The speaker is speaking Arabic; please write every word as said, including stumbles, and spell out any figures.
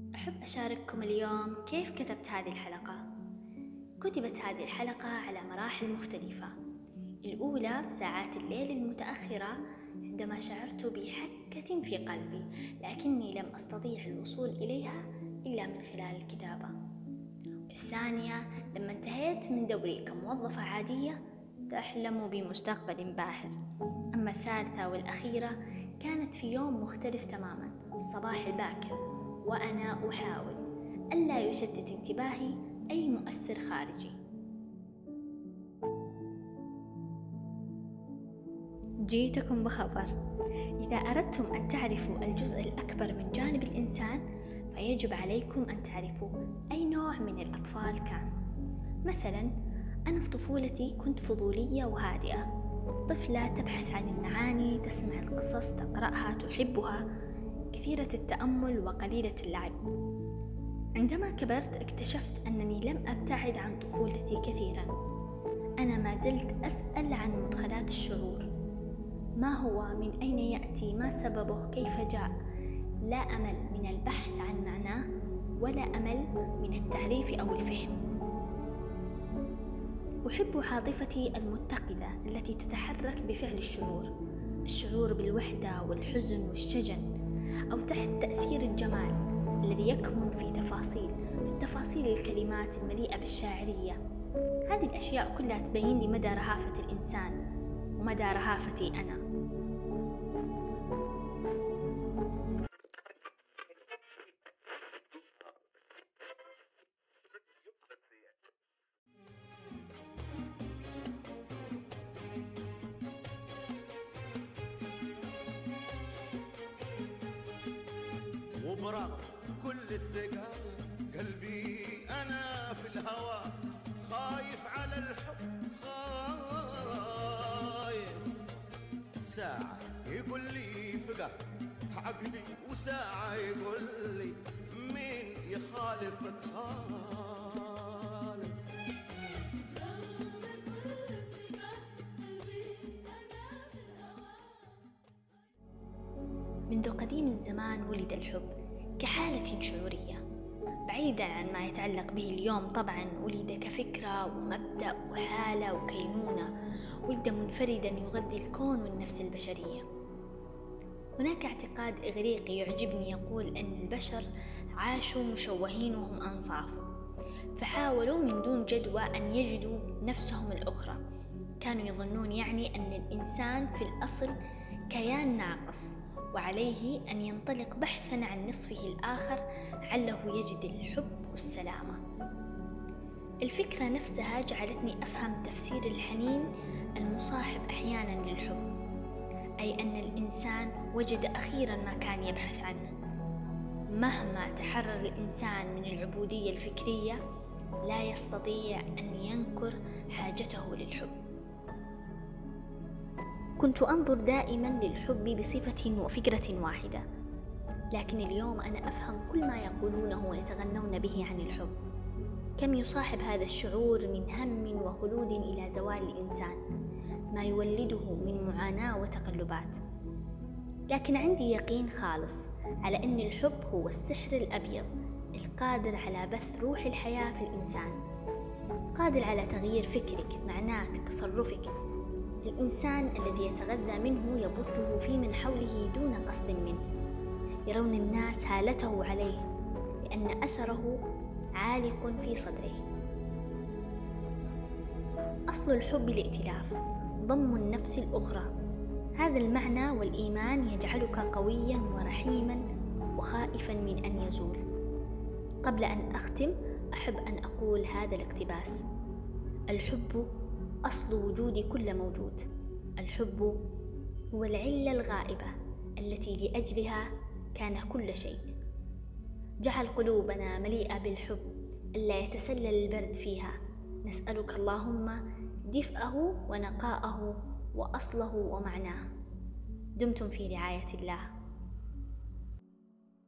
أحب أشارككم اليوم كيف كتبت هذه الحلقة. كتبت هذه الحلقة على مراحل مختلفة. الأولى في ساعات الليل المتأخرة عندما شعرت بحكة في قلبي، لكني لم أستطيع الوصول إليها إلا من خلال الكتابة. الثانية لما انتهيت من دوري كموظفة عادية تحلم بمستقبل باهر. أما الثالثة والأخيرة كانت في يوم مختلف تماما، الصباح الباكر، وأنا أحاول ألا يشتت انتباهي أي مؤثر خارجي. جيتكم بخبر. إذا أردتم أن تعرفوا الجزء الأكبر من جانب الإنسان فيجب عليكم أن تعرفوا أي نوع من الأطفال كان. مثلا أنا في طفولتي كنت فضولية وهادئة، طفلة تبحث عن المعاني، تسمع القصص، تقرأها، تحبها، كثيرة التأمل وقليلة اللعب. عندما كبرت اكتشفت أنني لم أبتعد عن طفولتي كثيرا. أنا ما زلت أسأل عن مدخلات الشعور، ما هو، من أين يأتي، ما سببه، كيف جاء. لا أمل من البحث عن معناه ولا أمل من التعريف أو الفهم. أحب عاطفتي المتقدة التي تتحرك بفعل الشعور، الشعور بالوحدة والحزن والشجن، أو تحت تأثير الجمال الذي يكمن في تفاصيل في تفاصيل الكلمات المليئة بالشاعرية. هذه الأشياء كلها تبين لي مدى رهافة الإنسان ومدى رهافتي أنا. وبرغم كل الثقة قلبي أنا في الهوى خايف على الحب، خايف. ساعة يقول لي فقه عقلي، وساعة يقول لي مين يخالفك خالف. منذ قديم الزمان ولد الحب كحالة شعورية، بعيدا عن ما يتعلق به اليوم. طبعا ولد كفكرة ومبدأ وحالة وكينونة، ولد منفردا يغذي الكون والنفس البشرية. هناك اعتقاد إغريقي يعجبني يقول أن البشر عاشوا مشوهين وهم أنصاف، فحاولوا من دون جدوى أن يجدوا نفسهم الأخرى. كانوا يظنون يعني أن الإنسان في الأصل كيان ناقص، وعليه أن ينطلق بحثا عن نصفه الآخر عله يجد الحب والسلامة. الفكرة نفسها جعلتني أفهم تفسير الحنين المصاحب أحيانا للحب، أي أن الإنسان وجد أخيرا ما كان يبحث عنه. مهما تحرر الإنسان من العبودية الفكرية لا يستطيع أن ينكر حاجته للحب. كنت أنظر دائما للحب بصفة وفكرة واحدة، لكن اليوم أنا أفهم كل ما يقولونه ويتغنون به عن الحب. كم يصاحب هذا الشعور من هم وخلود إلى زوال الإنسان، ما يولده من معاناة وتقلبات. لكن عندي يقين خالص على أن الحب هو السحر الأبيض القادر على بث روح الحياة في الإنسان، قادر على تغيير فكرك، معناك، تصرفك. الإنسان الذي يتغذى منه يبثه في من حوله دون قصد منه. يرون الناس هالته عليه لأن أثره عالق في صدره. أصل الحب الائتلاف، ضم النفس الأخرى. هذا المعنى والإيمان يجعلك قويا ورحيما وخائفا من أن يزول. قبل أن أختم أحب أن أقول هذا الاقتباس: الحب أصل وجود كل موجود. الحب هو العلة الغائبة التي لأجلها كان كل شيء. جعل قلوبنا مليئة بالحب ألا يتسلل البرد فيها. نسألك اللهم دفئه ونقاءه وأصله ومعناه. دمتم في رعاية الله.